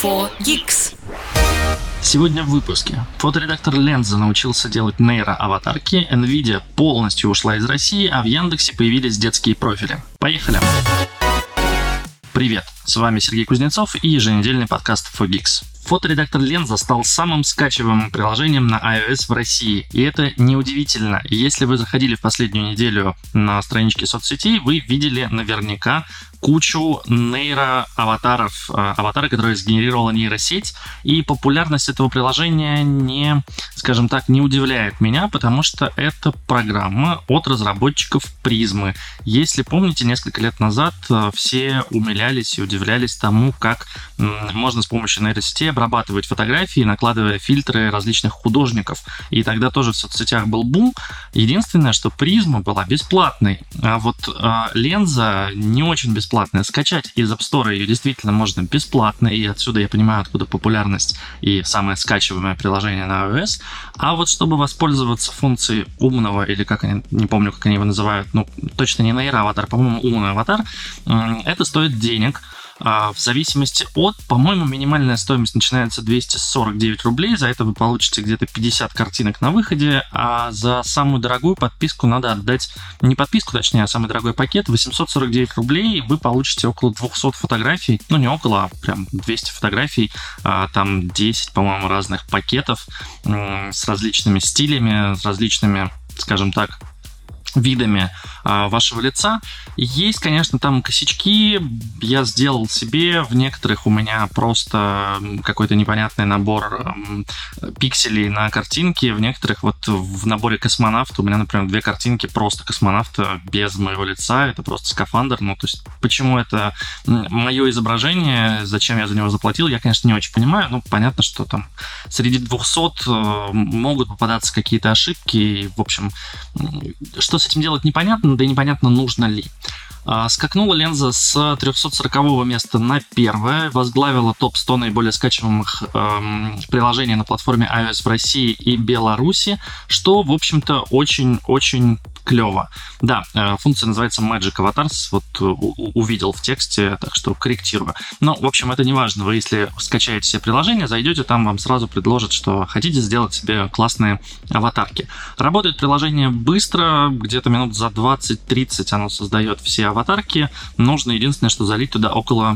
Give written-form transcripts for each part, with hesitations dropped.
4Geeks. Сегодня в выпуске. Фоторедактор Ленза научился делать нейроаватарки, Nvidia полностью ушла из России, а в Яндексе появились детские профили. Поехали! Привет, с вами Сергей Кузнецов и еженедельный подкаст 4Geeks. Фоторедактор Ленза стал самым скачиваемым приложением на iOS в России. И это неудивительно. Если вы заходили в последнюю неделю на странички соцсетей, вы видели наверняка кучу нейроаватаров, аватары, которые сгенерировала нейросеть. И популярность этого приложения не удивляет меня, потому что это программа от разработчиков Призмы. Если помните, несколько лет назад все умилялись и удивлялись тому, как можно с помощью нейросети обрабатывать фотографии, накладывая фильтры различных художников. И тогда тоже в соцсетях был бум. Единственное, что Призма была бесплатной, а вот Ленза не очень бесплатная. Скачать из App Store ее действительно можно бесплатно, и отсюда я понимаю, откуда популярность и самое скачиваемое приложение на iOS. А вот чтобы воспользоваться функцией умного, или не помню, как они его называют, точно не нейроаватар, по-моему, умный аватар, это стоит денег. В зависимости от, по-моему, минимальная стоимость начинается 249 рублей. За это вы получите где-то 50 картинок на выходе, а за самую дорогую подписку надо отдать, не подписку, точнее, а самый дорогой пакет, 849 рублей, вы получите около 200 фотографий, не около, а прям 200 фотографий, там 10, по-моему, разных пакетов с различными стилями, с различными, скажем так, видами вашего лица. Есть, конечно, там косячки. Я сделал себе, в некоторых у меня просто какой-то непонятный набор пикселей на картинке, в некоторых вот в наборе космонавта у меня, например, 2 картинки просто космонавта без моего лица, это просто скафандр. То есть почему это мое изображение, зачем я за него заплатил, я, конечно, не очень понимаю. Понятно, что там среди 200 могут попадаться какие-то ошибки, и, в общем, что с этим делать непонятно, да и непонятно, нужно ли. Скакнула Ленза с 340 места на 1, возглавила топ-100 наиболее скачиваемых приложений на платформе iOS в России и Беларуси, что, в общем-то, очень-очень клево. Да, функция называется Magic Avatars, вот увидел в тексте, так что корректирую. В общем, это не важно. Вы, если скачаете себе приложение, зайдете, там вам сразу предложат, что хотите сделать себе классные аватарки. Работает приложение быстро, где-то минут за 20-30 оно создает все аватарки. Нужно единственное, что залить туда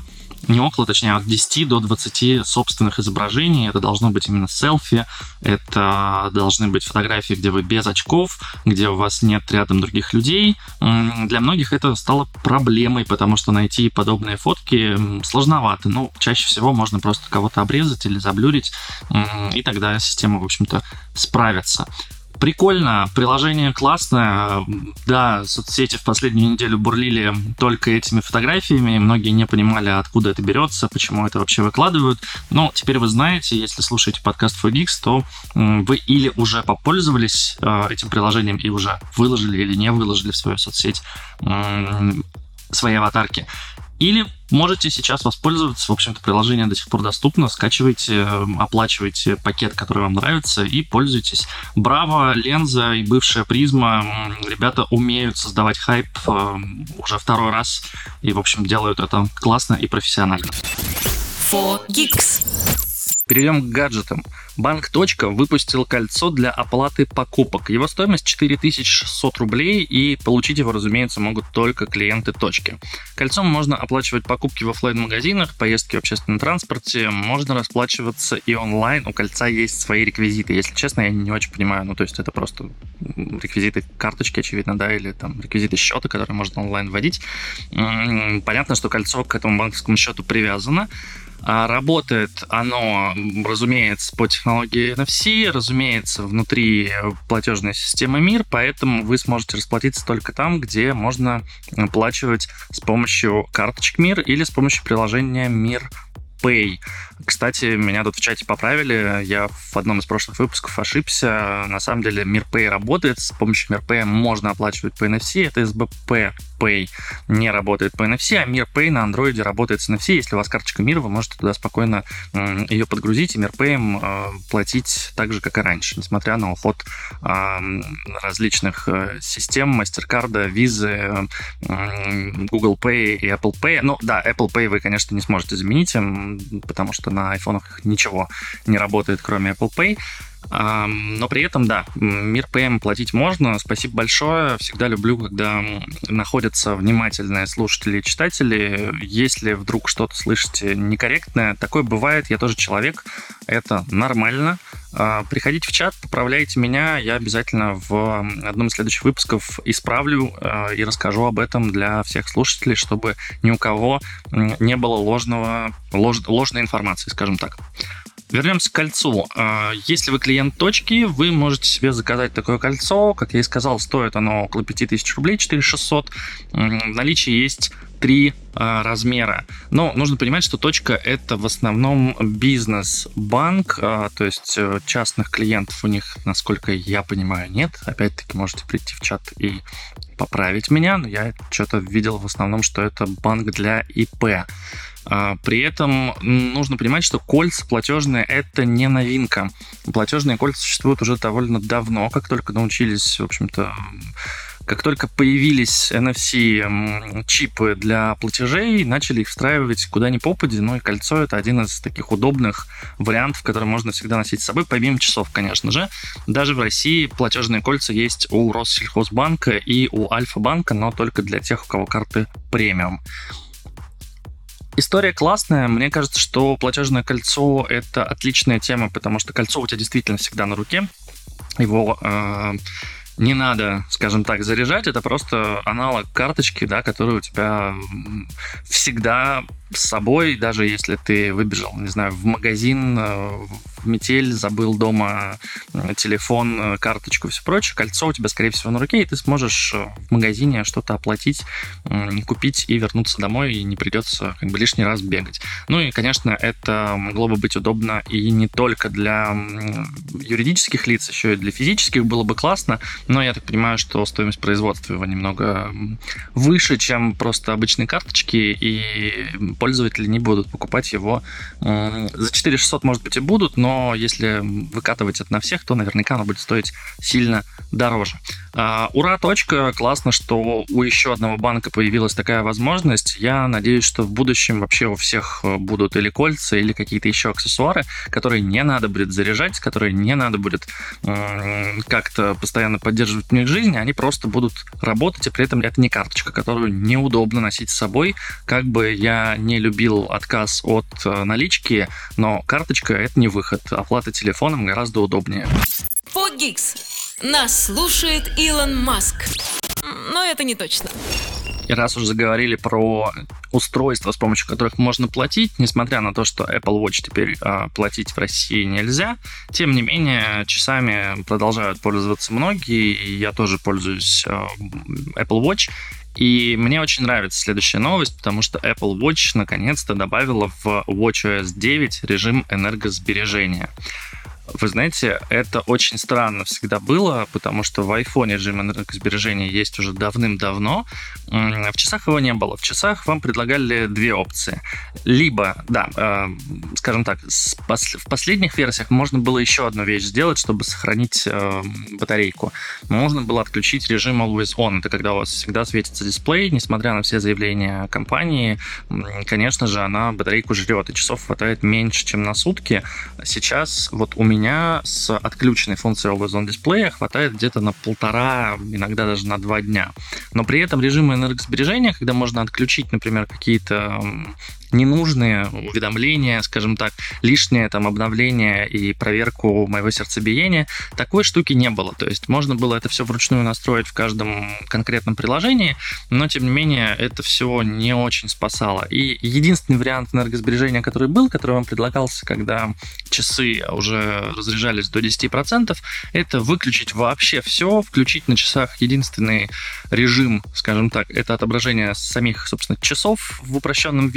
от 10 до 20 собственных изображений. Это должно быть именно селфи, это должны быть фотографии, где вы без очков, где у вас нет рядом других людей. Для многих это стало проблемой, потому что найти подобные фотки сложновато. Чаще всего можно просто кого-то обрезать или заблюрить, и тогда система, в общем-то, справится. Прикольно, приложение классное. Да, соцсети в последнюю неделю бурлили только этими фотографиями, многие не понимали, откуда это берется, почему это вообще выкладывают. Но теперь вы знаете, если слушаете подкаст 4Geeks, то вы или уже попользовались этим приложением и уже выложили или не выложили в свою соцсеть свои аватарки. Или можете сейчас воспользоваться, в общем-то, приложение до сих пор доступно, скачивайте, оплачивайте пакет, который вам нравится, и пользуйтесь. Браво, Ленза и бывшая Призма, ребята умеют создавать хайп уже 2 раз, и, в общем, делают это классно и профессионально. 4Geeks. Перейдем к гаджетам. Банк Точка выпустил кольцо для оплаты покупок. Его стоимость 4600 рублей, и получить его, разумеется, могут только клиенты Точки. Кольцом можно оплачивать покупки в офлайн-магазинах, поездки в общественном транспорте, можно расплачиваться и онлайн. У кольца есть свои реквизиты. Если честно, я не очень понимаю, то есть это просто реквизиты карточки, очевидно, да, или там реквизиты счета, которые можно онлайн вводить. Понятно, что кольцо к этому банковскому счету привязано. Работает оно, разумеется, по технологии NFC, разумеется, внутри платежной системы МИР, поэтому вы сможете расплатиться только там, где можно оплачивать с помощью карточек МИР или с помощью приложения МИР Pay. Кстати, меня тут в чате поправили, я в одном из прошлых выпусков ошибся. На самом деле МИР Pay работает, с помощью МИР Pay можно оплачивать по NFC, это СБП Pay не работает по NFC, а Mir Pay на Android работает с NFC. Если у вас карточка Mir, вы можете туда спокойно ее подгрузить и Mir Pay платить так же, как и раньше, несмотря на уход различных систем, MasterCard, Visa, Google Pay и Apple Pay. Ну да, Apple Pay вы, конечно, не сможете заменить, потому что на айфонах ничего не работает, кроме Apple Pay. Но при этом, да, Mir Pay платить можно. Спасибо большое. Всегда люблю, когда находятся внимательные слушатели и читатели. Если вдруг что-то слышите некорректное, такое бывает, я тоже человек, это нормально. Приходите в чат, поправляйте меня, я обязательно в одном из следующих выпусков исправлю и расскажу об этом для всех слушателей, чтобы ни у кого не было ложной информации, скажем так. Вернемся к кольцу. Если вы клиент точки, вы можете себе заказать такое кольцо. Как я и сказал, стоит оно около 5000 рублей, 4600. В наличии есть 3 размера. Но нужно понимать, что точка — это в основном бизнес-банк, то есть частных клиентов у них, насколько я понимаю, нет. Опять-таки, можете прийти в чат и поправить меня, но я что-то видел в основном, что это банк для ИП. При этом нужно понимать, что кольца платежные — это не новинка. Платежные кольца существуют уже довольно давно, как только научились, в общем-то, как только появились NFC-чипы для платежей, начали их встраивать куда ни попади. Ну и кольцо — это один из таких удобных вариантов, который можно всегда носить с собой, помимо часов, конечно же. Даже в России платежные кольца есть у Россельхозбанка и у Альфа-банка, но только для тех, у кого карты премиум. История классная. Мне кажется, что платежное кольцо — это отличная тема, потому что кольцо у тебя действительно всегда на руке. Его не надо, скажем так, заряжать. Это просто аналог карточки, да, которая у тебя всегда с собой, даже если ты выбежал, не знаю, в магазин, в метель, забыл дома телефон, карточку и все прочее, кольцо у тебя, скорее всего, на руке, и ты сможешь в магазине что-то оплатить, купить и вернуться домой, и не придется как бы лишний раз бегать. Ну и, конечно, это могло бы быть удобно и не только для юридических лиц, еще и для физических было бы классно, но я так понимаю, что стоимость производства его немного выше, чем просто обычные карточки, и пользователи не будут покупать его. За 4600, может быть, и будут, но если выкатывать это на всех, то наверняка оно будет стоить сильно дороже. Ура, точка! Классно, что у еще одного банка появилась такая возможность. Я надеюсь, что в будущем вообще у всех будут или кольца, или какие-то еще аксессуары, которые не надо будет заряжать, которые не надо будет как-то постоянно поддерживать в них жизнь, они просто будут работать, и при этом это не карточка, которую неудобно носить с собой. Как бы я не любил отказ от налички, но карточка — это не выход. Оплата телефоном гораздо удобнее. 4Geeks. Нас слушает Илон Маск. Но это не точно. И раз уже заговорили про устройства, с помощью которых можно платить, несмотря на то, что Apple Watch теперь платить в России нельзя, тем не менее часами продолжают пользоваться многие, и я тоже пользуюсь Apple Watch. И мне очень нравится следующая новость, потому что Apple Watch наконец-то добавила в WatchOS 9 режим энергосбережения. Вы знаете, это очень странно всегда было, потому что в iPhone режим энергосбережения есть уже давным-давно. В часах его не было. В часах вам предлагали 2 опции. Либо, да, скажем так, в последних версиях можно было еще одну вещь сделать, чтобы сохранить батарейку. Можно было отключить режим Always On. Это когда у вас всегда светится дисплей, несмотря на все заявления компании. Конечно же, она батарейку жрет, и часов хватает меньше, чем на сутки. Сейчас вот у меня с отключенной функцией Always On дисплея хватает где-то на 1,5, иногда даже на 2 дня. Но при этом режим энергосбережения, когда можно отключить, например, какие-то ненужные уведомления, скажем так, лишнее там обновление и проверку моего сердцебиения, такой штуки не было. То есть можно было это все вручную настроить в каждом конкретном приложении, но тем не менее это все не очень спасало. И единственный вариант энергосбережения, который был, который вам предлагался, когда часы уже разряжались до 10%, это выключить вообще все, включить на часах единственный режим, скажем так, это отображение самих, собственно, часов в упрощенном виде,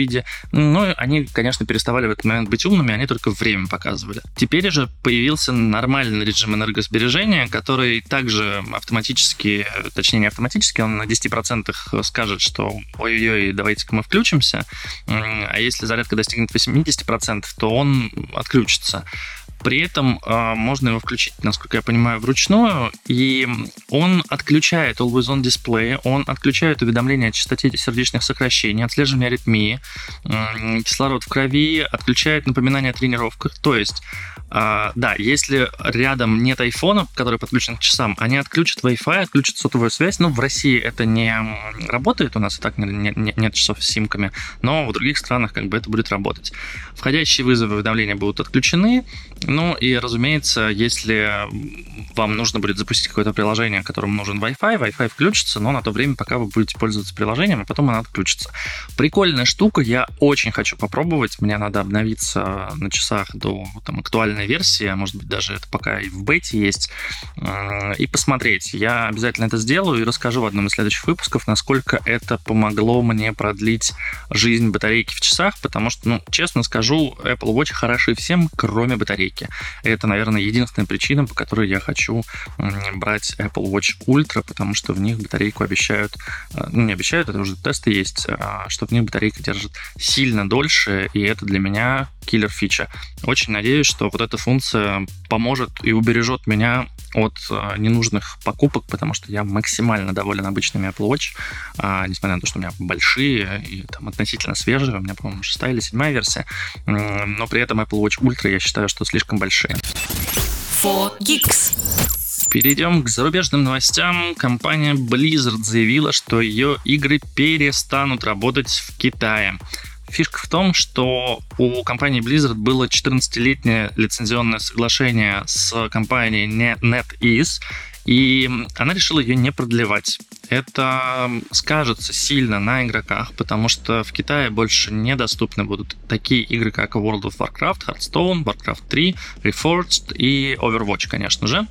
Но они, конечно, переставали в этот момент быть умными, они только время показывали. Теперь же появился нормальный режим энергосбережения, который также автоматически, точнее не автоматически, он на 10% скажет, что ой-ой-ой, давайте-ка мы включимся, а если зарядка достигнет 80%, то он отключится. При этом можно его включить, насколько я понимаю, вручную, и он отключает Always On Display, он отключает уведомления о частоте сердечных сокращений, отслеживание аритмии, кислород в крови, отключает напоминания о тренировках. То есть, да, если рядом нет айфона, который подключен к часам, они отключат Wi-Fi, отключат сотовую связь. Ну, в России это не работает, у нас и так нет часов с симками, но в других странах как бы это будет работать. Входящие вызовы и уведомления будут отключены. Ну и, разумеется, если вам нужно будет запустить какое-то приложение, которому нужен Wi-Fi включится, но на то время, пока вы будете пользоваться приложением, а потом оно отключится. Прикольная штука, я очень хочу попробовать. Мне надо обновиться на часах до актуальной версии, а может быть даже это пока и в бете есть, и посмотреть. Я обязательно это сделаю и расскажу в одном из следующих выпусков, насколько это помогло мне продлить жизнь батарейки в часах, потому что, честно скажу, Apple Watch хороши всем, кроме батарейки. Это, наверное, единственная причина, по которой я хочу брать Apple Watch Ultra, потому что в них батарейку обещают, не обещают, это уже тесты есть, что в них батарейка держит сильно дольше, и это для меня киллер-фича. Очень надеюсь, что вот эта функция поможет и убережет меня от ненужных покупок, потому что я максимально доволен обычными Apple Watch, несмотря на то, что у меня большие и относительно свежие, у меня, по-моему, 6 или 7 версия, но при этом Apple Watch Ultra я считаю, что слишком большие. 4Geeks. Перейдем к зарубежным новостям. Компания Blizzard заявила, что ее игры перестанут работать в Китае. Фишка в том, что у компании Blizzard было 14-летнее лицензионное соглашение с компанией NetEase, и она решила ее не продлевать. Это скажется сильно на игроках, потому что в Китае больше недоступны будут такие игры, как World of Warcraft, Hearthstone, Warcraft 3, Reforged и Overwatch, конечно же.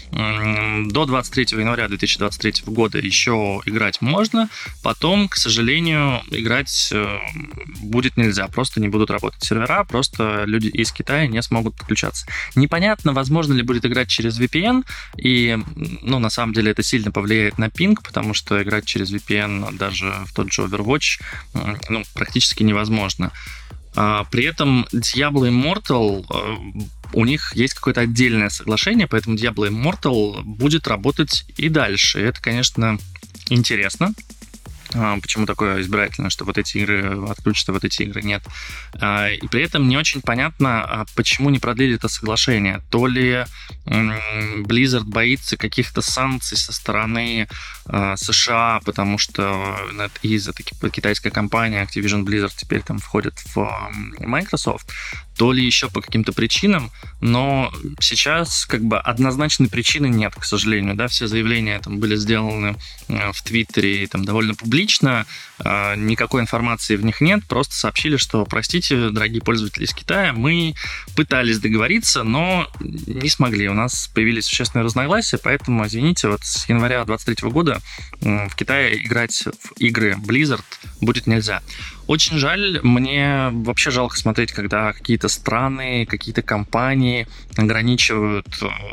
До 23 января 2023 года еще играть можно, потом, к сожалению, играть будет нельзя, просто не будут работать сервера, просто люди из Китая не смогут подключаться. Непонятно, возможно ли будет играть через VPN, и, на самом деле это сильно повлияет на пинг, потому что играть через VPN даже в тот же Overwatch практически невозможно. При этом Diablo Immortal, у них есть какое-то отдельное соглашение, поэтому Diablo Immortal будет работать и дальше. И это, конечно, интересно. Почему такое избирательно, что вот эти игры отключатся, вот эти игры нет. И при этом не очень понятно, почему не продлили это соглашение. То ли Blizzard боится каких-то санкций со стороны США, потому что NetEase, это китайская компания, Activision Blizzard теперь там входит в Microsoft, то ли еще по каким-то причинам, но сейчас однозначной причины нет, к сожалению. Да? Все заявления там были сделаны в Твиттере довольно публично, никакой информации в них нет, просто сообщили, что, простите, дорогие пользователи из Китая, мы пытались договориться, но не смогли. У нас появились существенные разногласия, поэтому, извините, вот с января 2023 года в Китае играть в игры Blizzard будет нельзя. Очень жаль, мне вообще жалко смотреть, когда какие-то страны, какие-то компании ограничивают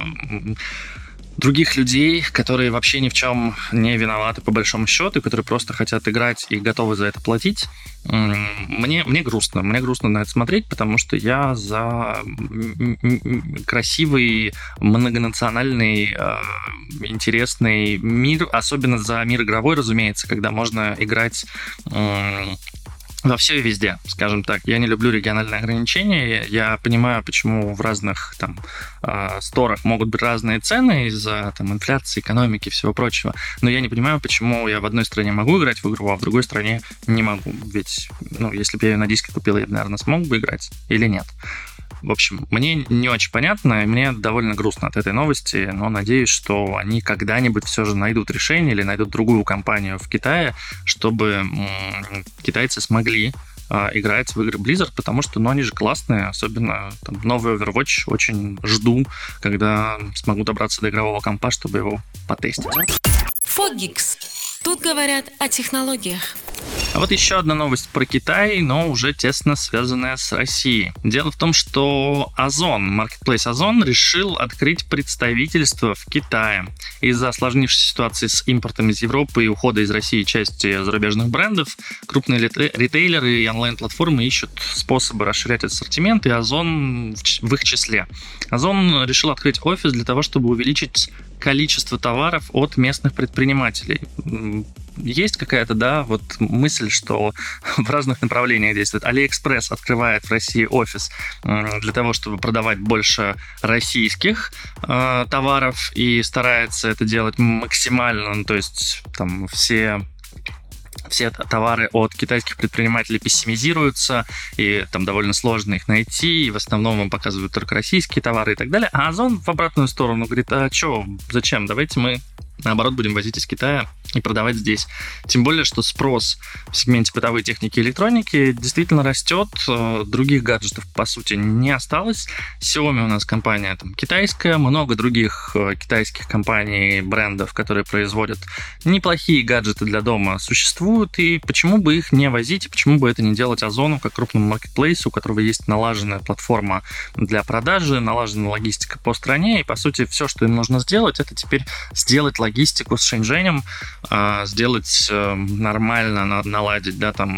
других людей, которые вообще ни в чем не виноваты по большому счету, которые просто хотят играть и готовы за это платить. Мне грустно. Мне грустно на это смотреть, потому что я за красивый, многонациональный, интересный мир, особенно за мир игровой, разумеется, когда можно играть во все и везде, скажем так. Я не люблю региональные ограничения. Я понимаю, почему в разных сторах могут быть разные цены из-за инфляции, экономики и всего прочего. Но я не понимаю, почему я в одной стране могу играть в игру, а в другой стране не могу. Ведь, если бы я ее на диске купил, я бы, наверное, смог бы играть или нет. В общем, мне не очень понятно, и мне довольно грустно от этой новости, но надеюсь, что они когда-нибудь все же найдут решение или найдут другую компанию в Китае, чтобы китайцы смогли играть в игры Blizzard, потому что, они же классные, особенно новый Overwatch, очень жду, когда смогу добраться до игрового компа, чтобы его потестить. 4Geeks. Тут говорят о технологиях. А вот еще одна новость про Китай, но уже тесно связанная с Россией. Дело в том, что Озон, Marketplace Озон, решил открыть представительство в Китае. Из-за осложнившейся ситуации с импортом из Европы и ухода из России части зарубежных брендов, крупные ритейлеры и онлайн-платформы ищут способы расширять ассортимент, и Озон в их числе. Озон решил открыть офис для того, чтобы увеличить количество товаров от местных предпринимателей. Есть какая-то, вот мысль, что в разных направлениях действует. AliExpress открывает в России офис для того, чтобы продавать больше российских товаров и старается это делать максимально, то есть там все товары от китайских предпринимателей пессимизируются, и там довольно сложно их найти, и в основном вам показывают только российские товары и так далее. А Озон в обратную сторону говорит: а что, зачем? Давайте мы, наоборот, будем возить из Китая и продавать здесь. Тем более, что спрос в сегменте бытовой техники и электроники действительно растет, других гаджетов, по сути, не осталось. Xiaomi у нас компания там китайская, много других китайских компаний, брендов, которые производят неплохие гаджеты для дома, существуют, и почему бы их не возить, почему бы это не делать Озону, как крупному маркетплейсу, у которого есть налаженная платформа для продажи, налаженная логистика по стране, и, по сути, все, что им нужно сделать, это теперь сделать логистику с Шэньчжэнем, сделать нормально, наладить,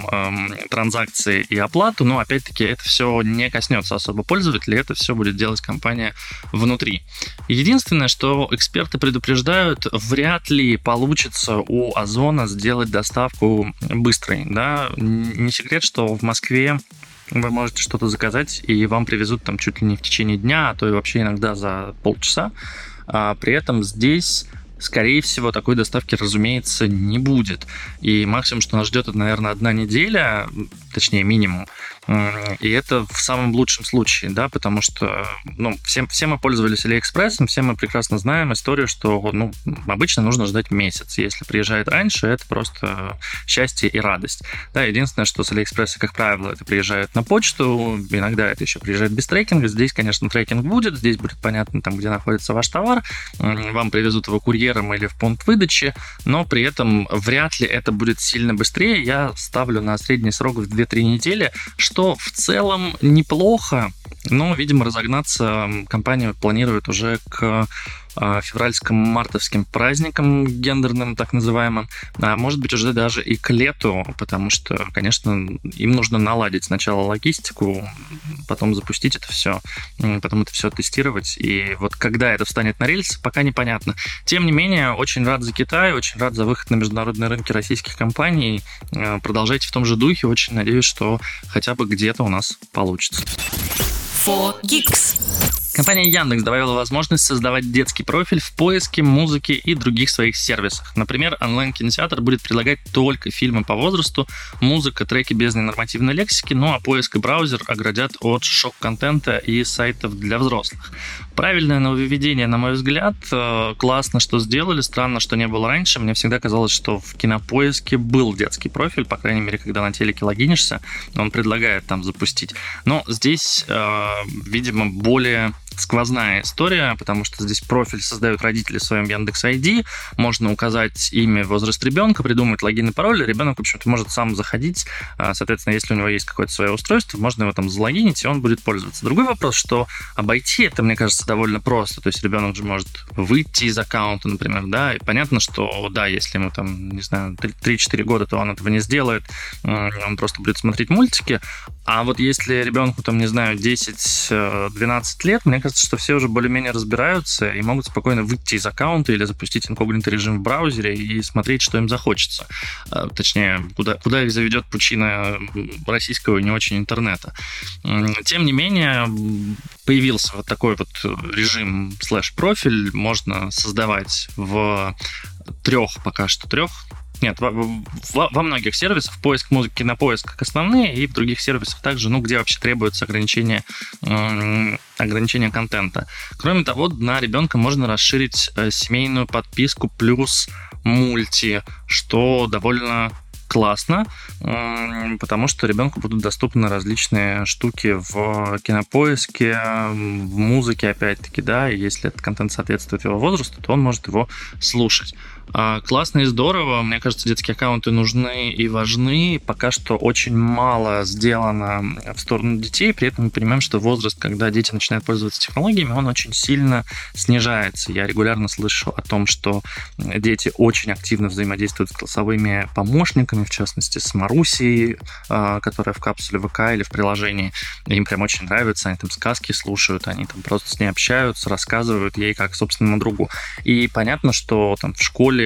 транзакции и оплату, но, опять-таки, это все не коснется особо пользователей, это все будет делать компания внутри. Единственное, что эксперты предупреждают, вряд ли получится у Озона сделать доставку быстрой, Не секрет, что в Москве вы можете что-то заказать, и вам привезут там чуть ли не в течение дня, а то и вообще иногда за полчаса. При этом здесь, скорее всего, такой доставки, разумеется, не будет. И максимум, что нас ждет, это, наверное, 1 неделя, точнее, минимум. И это в самом лучшем случае, потому что все мы пользовались AliExpress, все мы прекрасно знаем историю, что обычно нужно ждать месяц. Если приезжает раньше, это просто счастье и радость. Единственное, что с AliExpress, как правило, это приезжает на почту, иногда это еще приезжает без трекинга. Здесь, конечно, трекинг будет, здесь будет понятно, где находится ваш товар, вам привезут его курьером или в пункт выдачи, но при этом вряд ли это будет сильно быстрее. Я ставлю на средний срок в 2-3 недели, что в целом неплохо, но, видимо, разогнаться компания планирует уже к февральско-мартовским праздникам гендерным, так называемым, а может быть уже даже и к лету, потому что, конечно, им нужно наладить сначала логистику, потом запустить это все, потом это все тестировать, и вот когда это встанет на рельсы, пока непонятно. Тем не менее, очень рад за Китай, очень рад за выход на международные рынки российских компаний. Продолжайте в том же духе, очень надеюсь, что хотя бы где-то у нас получится. 4Geeks. Компания Яндекс добавила возможность создавать детский профиль в поиске, музыке и других своих сервисах. Например, онлайн-кинотеатр будет предлагать только фильмы по возрасту, музыка, треки без ненормативной лексики, а поиск и браузер оградят от шок-контента и сайтов для взрослых. Правильное нововведение, на мой взгляд. Классно, что сделали, странно, что не было раньше. Мне всегда казалось, что в Кинопоиске был детский профиль, по крайней мере, когда на телеке логинишься, он предлагает там запустить. Но здесь, видимо, более сквозная история, потому что здесь профиль создают родители в своем Яндекс.ID, можно указать имя, возраст ребенка, придумать логин и пароль, и ребенок, в общем-то, может сам заходить, соответственно, если у него есть какое-то свое устройство, можно его там залогинить, и он будет пользоваться. Другой вопрос, что обойти это, мне кажется, довольно просто, то есть ребенок же может выйти из аккаунта, например, и понятно, что, если ему там, не знаю, 3-4 года, то он этого не сделает, он просто будет смотреть мультики, а вот если ребенку, там, не знаю, 10-12 лет, мне кажется, что все уже более-менее разбираются и могут спокойно выйти из аккаунта или запустить инкогнито режим в браузере и смотреть, что им захочется. Точнее, куда их заведет пучина российского и не очень интернета. Тем не менее, появился вот такой вот режим /профиль. Можно создавать в 3 Нет, во многих сервисах поиск музыки, Кинопоиск как основные, и в других сервисах также, где вообще требуется ограничение контента. Кроме того, на ребенка можно расширить семейную подписку плюс мульти, что довольно классно, потому что ребенку будут доступны различные штуки в Кинопоиске, в музыке, опять-таки, и если этот контент соответствует его возрасту, то он может его слушать. Классно и здорово. Мне кажется, детские аккаунты нужны и важны. Пока что очень мало сделано в сторону детей. При этом мы понимаем, что возраст, когда дети начинают пользоваться технологиями, он очень сильно снижается. Я регулярно слышу о том, что дети очень активно взаимодействуют с голосовыми помощниками, в частности, с Марусей, которая в капсуле ВК или в приложении. Им прям очень нравится. Они там сказки слушают, они там просто с ней общаются, рассказывают ей как собственному другу. И понятно, что там в школе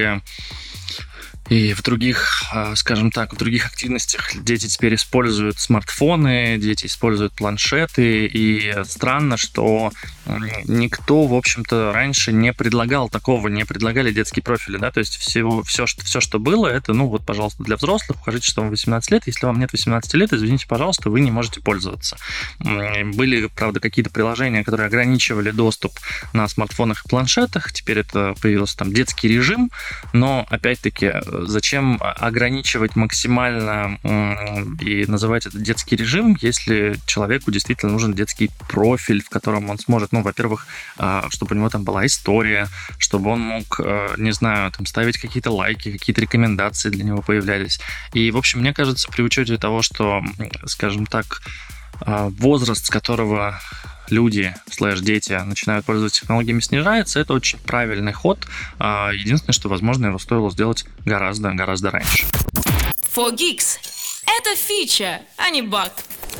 и в других, скажем так, в других активностях дети теперь используют смартфоны, дети используют планшеты, и странно, что никто, в общем-то, раньше не предлагал такого, не предлагали детские профили, да, то есть все, что было, это, ну вот, пожалуйста, для взрослых, укажите, что вам 18 лет, если вам нет 18 лет, извините, пожалуйста, вы не можете пользоваться. Были, правда, какие-то приложения, которые ограничивали доступ на смартфонах и планшетах, теперь это появился там детский режим, но, опять-таки, зачем ограничивать максимально и называть это детский режим, если человеку действительно нужен детский профиль, в котором он сможет, ну, во-первых, чтобы у него там была история, чтобы он мог, не знаю, там ставить какие-то лайки, какие-то рекомендации для него появлялись. И, в общем, мне кажется, при учете того, что, скажем так, возраст, с которого люди, дети начинают пользоваться технологиями, снижается, это очень правильный ход. Единственное, что, возможно, его стоило сделать гораздо раньше. 4Geeks. Это фича, а не баг.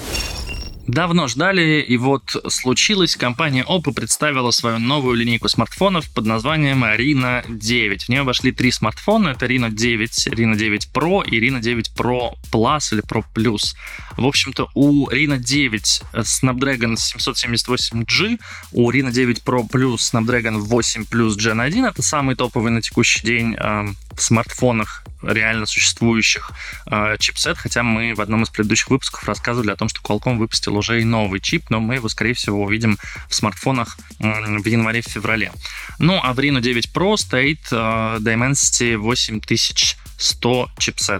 Давно ждали, и вот случилось. Компания Oppo представила свою новую линейку смартфонов под названием Reno 9. В нее вошли 3 смартфона. Это Reno 9, Reno 9 Pro и Reno 9 Pro Plus или Pro Plus. В общем-то, у Reno 9 Snapdragon 778G, у Reno 9 Pro Plus Snapdragon 8 Plus Gen 1. Это самый топовый на текущий день в смартфонах реально существующих чипсет, хотя мы в одном из предыдущих выпусков рассказывали о том, что Qualcomm выпустил уже и новый чип, но мы его, скорее всего, увидим в смартфонах в январе-феврале. Ну, а в Reno 9 Pro стоит Dimensity 8100 чипсет.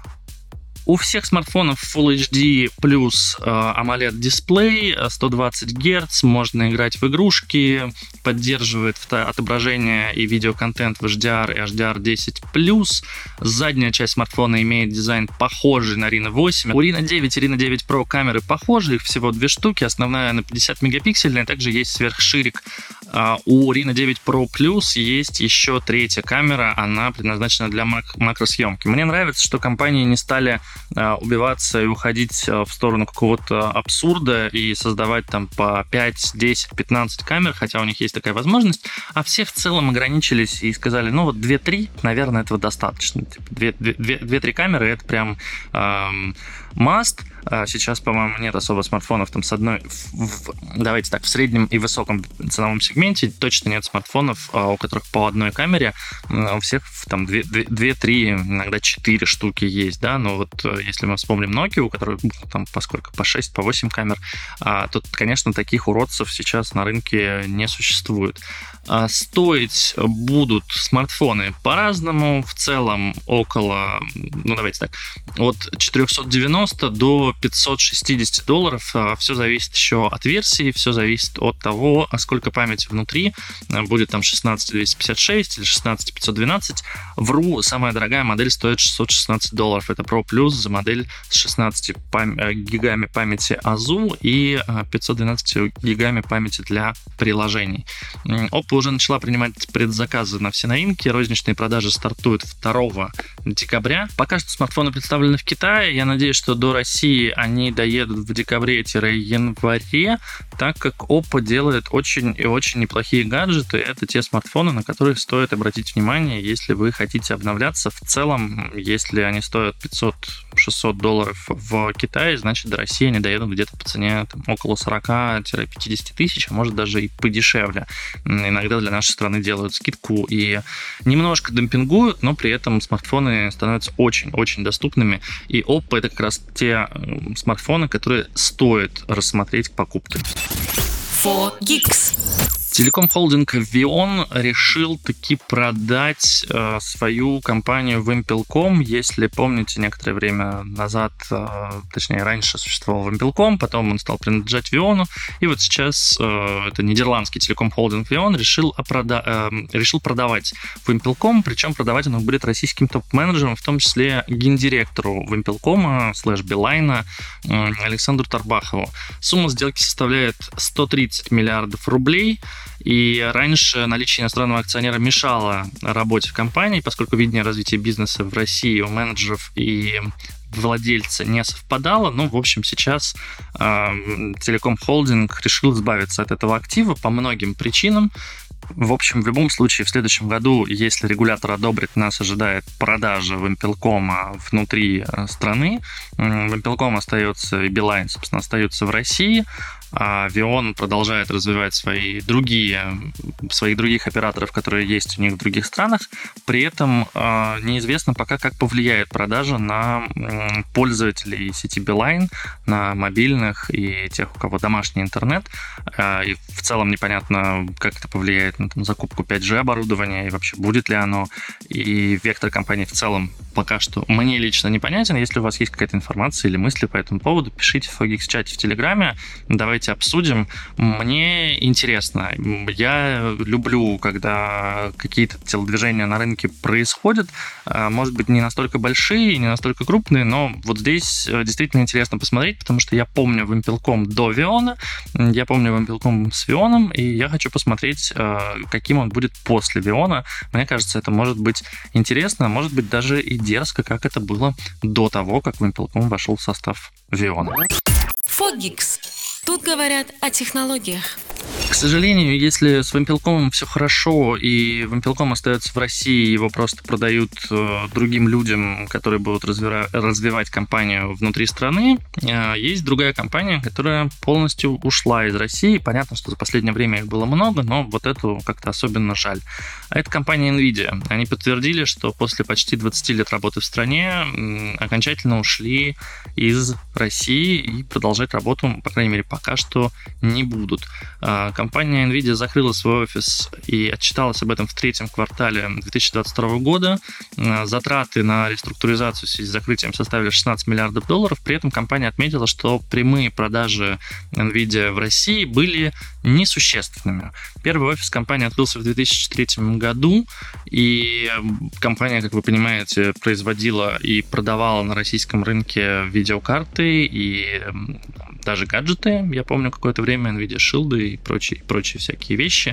У всех смартфонов Full HD плюс AMOLED дисплей, 120 Гц, можно играть в игрушки, поддерживает отображение и видеоконтент в HDR и HDR10+. Задняя часть смартфона имеет дизайн похожий на Reno 8. У Reno 9 и Reno 9 Pro камеры похожи, их всего 2 штуки, основная на 50 мегапиксельная, также есть сверхширик. У Reno 9 Pro Plus есть еще третья камера, она предназначена для макросъемки. Мне нравится, что компании не стали убиваться и уходить в сторону какого-то абсурда и создавать там по 5, 10, 15 камер, хотя у них есть такая возможность, а все в целом ограничились и сказали, ну вот 2-3, наверное, этого достаточно. 2-3 камеры — это прям must. Сейчас, по-моему, нет особо смартфонов там с одной... Давайте так, в среднем и высоком ценовом сегменте точно нет смартфонов, у которых по одной камере. У всех там 2-3, иногда 4 штуки есть, да, но вот если мы вспомним Nokia, у которой там по сколько, по 6, по 8 камер, то, конечно, таких уродцев сейчас на рынке не существует. Стоить будут смартфоны по-разному, в целом около, ну давайте так, от 490 до $560. Все зависит еще от версии, все зависит от того, сколько памяти внутри. Будет там 16256 или 16512. Вру, самая дорогая модель стоит $616. Это Pro Plus за модель с 16 гигами памяти АЗУ и 512 гигами памяти для приложений. Oppo уже начала принимать предзаказы на все новинки. Розничные продажи стартуют 2 декабря. Пока что смартфоны представлены в Китае. Я надеюсь, что до России они доедут в декабре-январе, так как Oppo делает очень и очень неплохие гаджеты. Это те смартфоны, на которые стоит обратить внимание, если вы хотите обновляться. В целом, если они стоят $500-600 в Китае, значит, до России они доедут где-то по цене там, около 40-50 тысяч, а может даже и подешевле. Иногда для нашей страны делают скидку и немножко демпингуют, но при этом смартфоны становятся очень-очень доступными. И Oppo — это как раз те смартфоны, которые стоит рассмотреть к покупке. 4Geeks. Телеком-холдинг VEON решил таки продать свою компанию Wimpel.com. Если помните, некоторое время назад, точнее, раньше существовал Wimpel.com, потом он стал принадлежать VEON, и вот сейчас это нидерландский телеком-холдинг VEON решил продавать Wimpel.com, причем продавать он будет российским топ-менеджерам, в том числе гендиректору Wimpel.com /Билайна Александру Тарбахову. Сумма сделки составляет 130 миллиардов рублей. И раньше наличие иностранного акционера мешало работе в компании, поскольку видение развития бизнеса в России у менеджеров и владельца не совпадало. Ну, в общем, сейчас Телеком-холдинг решил избавиться от этого актива по многим причинам. В общем, в любом случае, в следующем году, если регулятор одобрит, нас ожидает продажа Wimpel.com внутри страны. Wimpel.com остается, и Билайн, собственно, остаются в России, а VEON продолжает развивать своих других операторов, которые есть у них в других странах. При этом неизвестно пока, как повлияет продажа на пользователей сети Билайн, на мобильных и тех, у кого домашний интернет. И в целом непонятно, как это повлияет на закупку 5G оборудования и вообще будет ли оно. И вектор компании в целом пока что мне лично непонятен. Если у вас есть какая-то информация или мысли по этому поводу, пишите в Geeks-чате в Телеграме. Давайте обсудим. Мне интересно. Я люблю, когда какие-то телодвижения на рынке происходят. Может быть, не настолько большие, не настолько крупные, но вот здесь действительно интересно посмотреть, потому что я помню Wimpel.com до VEON, я помню Wimpel.com с VEON, и я хочу посмотреть, каким он будет после VEON. Мне кажется, это может быть интересно, может быть, даже и дерзко, как это было до того, как Wimpel.com вошел в состав VEON. Фогикс. Тут говорят о технологиях. К сожалению, если с Wimpel.com все хорошо и Wimpel.com остается в России, его просто продают другим людям, которые будут развивать компанию внутри страны, есть другая компания, которая полностью ушла из России. Понятно, что за последнее время их было много, но вот эту как-то особенно жаль. А это компания NVIDIA. Они подтвердили, что после почти 20 лет работы в стране окончательно ушли из России и продолжать работу, по крайней мере, пока что не будут. Компания NVIDIA закрыла свой офис и отчиталась об этом в третьем квартале 2022 года. Затраты на реструктуризацию в связи с закрытием составили $16 миллиардов. При этом компания отметила, что прямые продажи NVIDIA в России были несущественными. Первый офис компании открылся в 2003 году, и компания, как вы понимаете, производила и продавала на российском рынке видеокарты и даже гаджеты. Я помню, какое-то время NVIDIA Shield и прочие всякие вещи.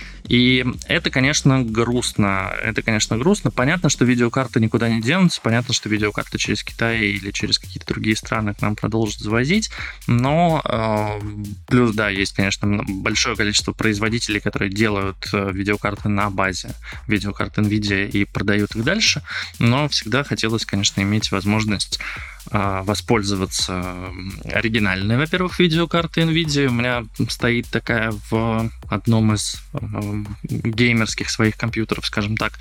И это, конечно, грустно. Понятно, что видеокарты никуда не денутся. Понятно, что видеокарты через Китай или через какие-то другие страны к нам продолжат завозить. Но плюс, да, есть, конечно, большое количество производителей, которые делают видеокарты на базе видеокарт NVIDIA и продают их дальше. Но всегда хотелось, конечно, иметь возможность воспользоваться оригинальной, во-первых, видеокартой NVIDIA. У меня стоит такая в одном из геймерских своих компьютеров, скажем так.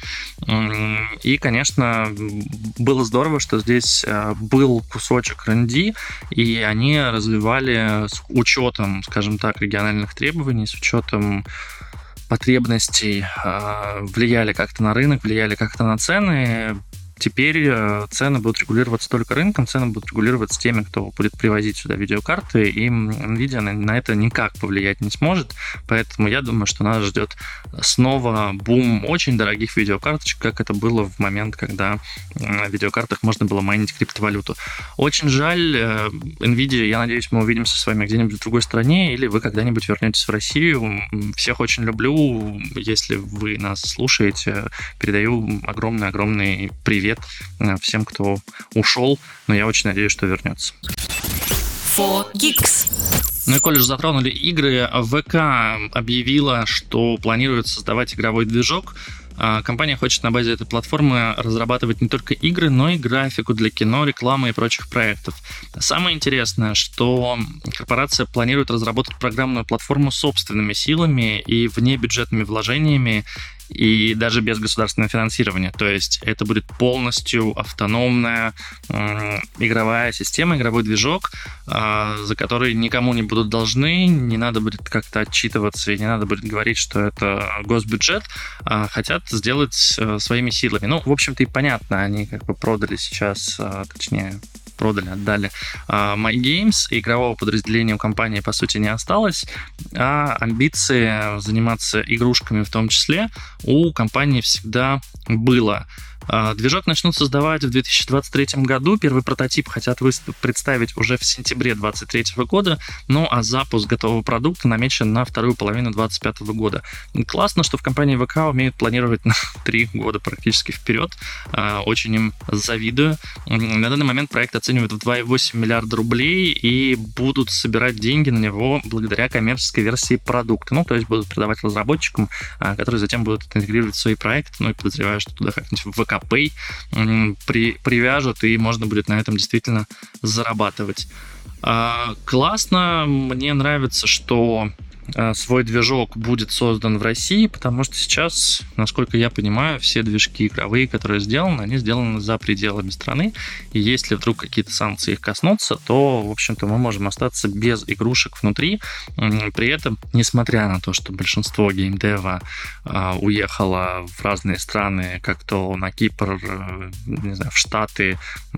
И, конечно, было здорово, что здесь был кусочек R&D, и они развивали с учетом, скажем так, региональных требований, с учетом потребностей, влияли как-то на рынок, влияли как-то на цены. Теперь цены будут регулироваться только рынком, цены будут регулироваться теми, кто будет привозить сюда видеокарты, и NVIDIA на это никак повлиять не сможет, поэтому я думаю, что нас ждет снова бум очень дорогих видеокарточек, как это было в момент, когда в видеокартах можно было майнить криптовалюту. Очень жаль, NVIDIA, я надеюсь, мы увидимся с вами где-нибудь в другой стране, или вы когда-нибудь вернетесь в Россию. Всех очень люблю, если вы нас слушаете, передаю огромный привет всем, кто ушел, но я очень надеюсь, что вернется. Ну и коль же затронули игры, ВК объявила, что планирует создавать игровой движок. Компания хочет на базе этой платформы разрабатывать не только игры, но и графику для кино, рекламы и прочих проектов. Самое интересное, что корпорация планирует разработать программную платформу собственными силами и внебюджетными вложениями, и даже без государственного финансирования. То есть это будет полностью автономная игровая система, игровой движок, за который никому не будут должны, не надо будет как-то отчитываться, и не надо будет говорить, что это госбюджет, хотят сделать своими силами. Ну, в общем-то, и понятно, они как бы продали сейчас, точнее, отдали MyGames, и игрового подразделения у компании, по сути, не осталось, а амбиции заниматься игрушками в том числе у компании всегда было. Движок начнут создавать в 2023 году. Первый прототип хотят представить уже в сентябре 2023 года, ну а запуск готового продукта намечен на вторую половину 2025 года. Классно, что в компании ВК умеют планировать на 3 года практически вперед. Очень им завидую. На данный момент проект оценивают в 2,8 миллиарда рублей и будут собирать деньги на него благодаря коммерческой версии продукта. Ну, то есть будут продавать разработчикам, которые затем будут интегрировать в свои проекты. Ну и подозреваю, что туда как-нибудь в ВК Pay привяжут, и можно будет на этом действительно зарабатывать. Классно, мне нравится, что свой движок будет создан в России, потому что сейчас, насколько я понимаю, все движки игровые, которые сделаны, они сделаны за пределами страны, и если вдруг какие-то санкции их коснутся, то, в общем-то, мы можем остаться без игрушек внутри. При этом, несмотря на то, что большинство геймдева уехало в разные страны, как то на Кипр, не знаю, в Штаты,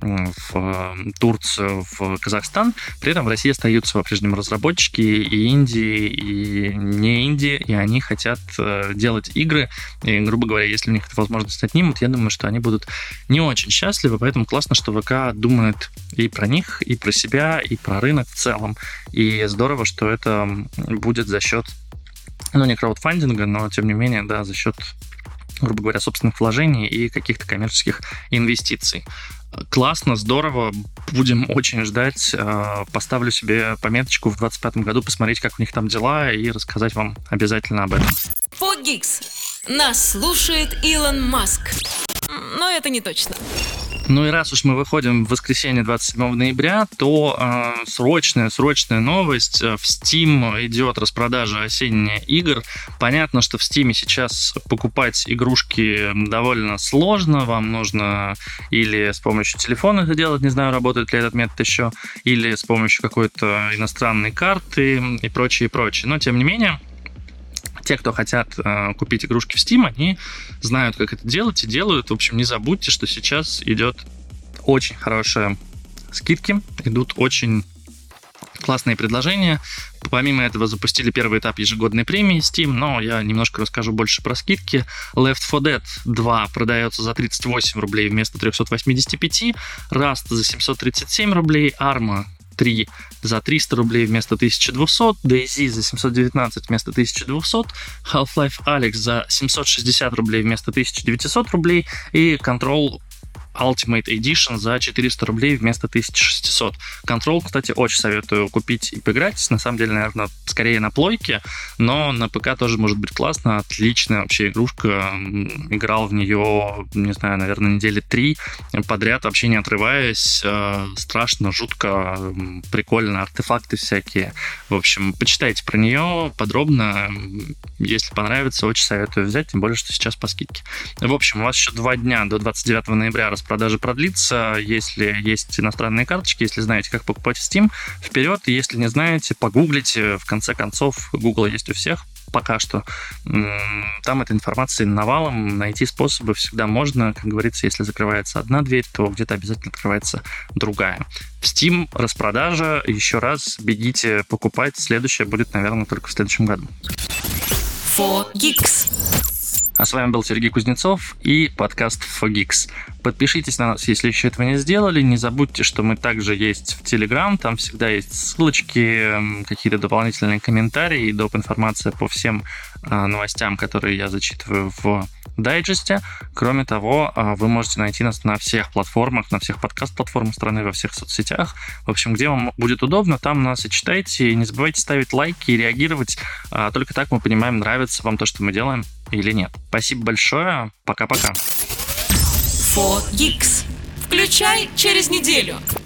в Турцию, в Казахстан, при этом в России остаются по-прежнему разработчики и Индии, и не Индии, и они хотят делать игры, и, грубо говоря, если у них эта возможность отнимут, я думаю, что они будут не очень счастливы, поэтому классно, что ВК думает и про них, и про себя, и про рынок в целом, и здорово, что это будет за счет, ну, не краудфандинга, но, тем не менее, да, за счет, грубо говоря, собственных вложений и каких-то коммерческих инвестиций. Классно, здорово, будем очень ждать. Поставлю себе пометочку в 2025 году, посмотреть, как у них там дела, и рассказать вам обязательно об этом. Фогикс. Нас слушает Илон Маск. Но это не точно. Ну и раз уж мы выходим в воскресенье 27 ноября, то срочная новость. В Steam идет распродажа осенних игр. Понятно, что в Steam сейчас покупать игрушки довольно сложно. Вам нужно или с помощью телефона это делать, не знаю, работает ли этот метод еще, или с помощью какой-то иностранной карты и прочее. Но, тем не менее, те, кто хотят купить игрушки в Steam, они знают, как это делать и делают. В общем, не забудьте, что сейчас идет очень хорошие скидки, идут очень классные предложения. Помимо этого запустили первый этап ежегодной премии Steam, но я немножко расскажу больше про скидки. Left 4 Dead 2 продается за 38 рублей вместо 385, Rust за 737 рублей, Arma 3 за 300 рублей вместо 1200, DayZ за 719 вместо 1200, Half-Life Alyx за 760 рублей вместо 1900 рублей и Control Ultimate Edition за 400 рублей вместо 1600. Control, кстати, очень советую купить и поиграть. На самом деле, наверное, скорее на плойке, но на ПК тоже может быть классно. Отличная вообще игрушка. Играл в нее, не знаю, наверное, недели 3 подряд, вообще не отрываясь. Страшно, жутко, прикольно, артефакты всякие. В общем, почитайте про нее подробно. Если понравится, очень советую взять, тем более, что сейчас по скидке. В общем, у вас еще 2 дня до 29 ноября распродажа продлится. Если есть иностранные карточки, если знаете, как покупать в Steam, вперед. Если не знаете, погуглите. В конце концов, Google есть у всех пока что. Там этой информации навалом. Найти способы всегда можно. Как говорится, если закрывается одна дверь, то где-то обязательно открывается другая. В Steam распродажа. Еще раз бегите покупать. Следующая будет, наверное, только в следующем году. Фогикс. А с вами был Сергей Кузнецов и подкаст Фогикс. Подпишитесь на нас, если еще этого не сделали. Не забудьте, что мы также есть в Telegram. Там всегда есть ссылочки, какие-то дополнительные комментарии и доп. Информация по всем новостям, которые я зачитываю в дайджесте. Кроме того, вы можете найти нас на всех платформах, на всех подкаст-платформах страны, во всех соцсетях. В общем, где вам будет удобно, там нас и читайте. И не забывайте ставить лайки и реагировать. Только так мы понимаем, нравится вам то, что мы делаем или нет. Спасибо большое. Пока-пока. Фогикс. Включай через неделю.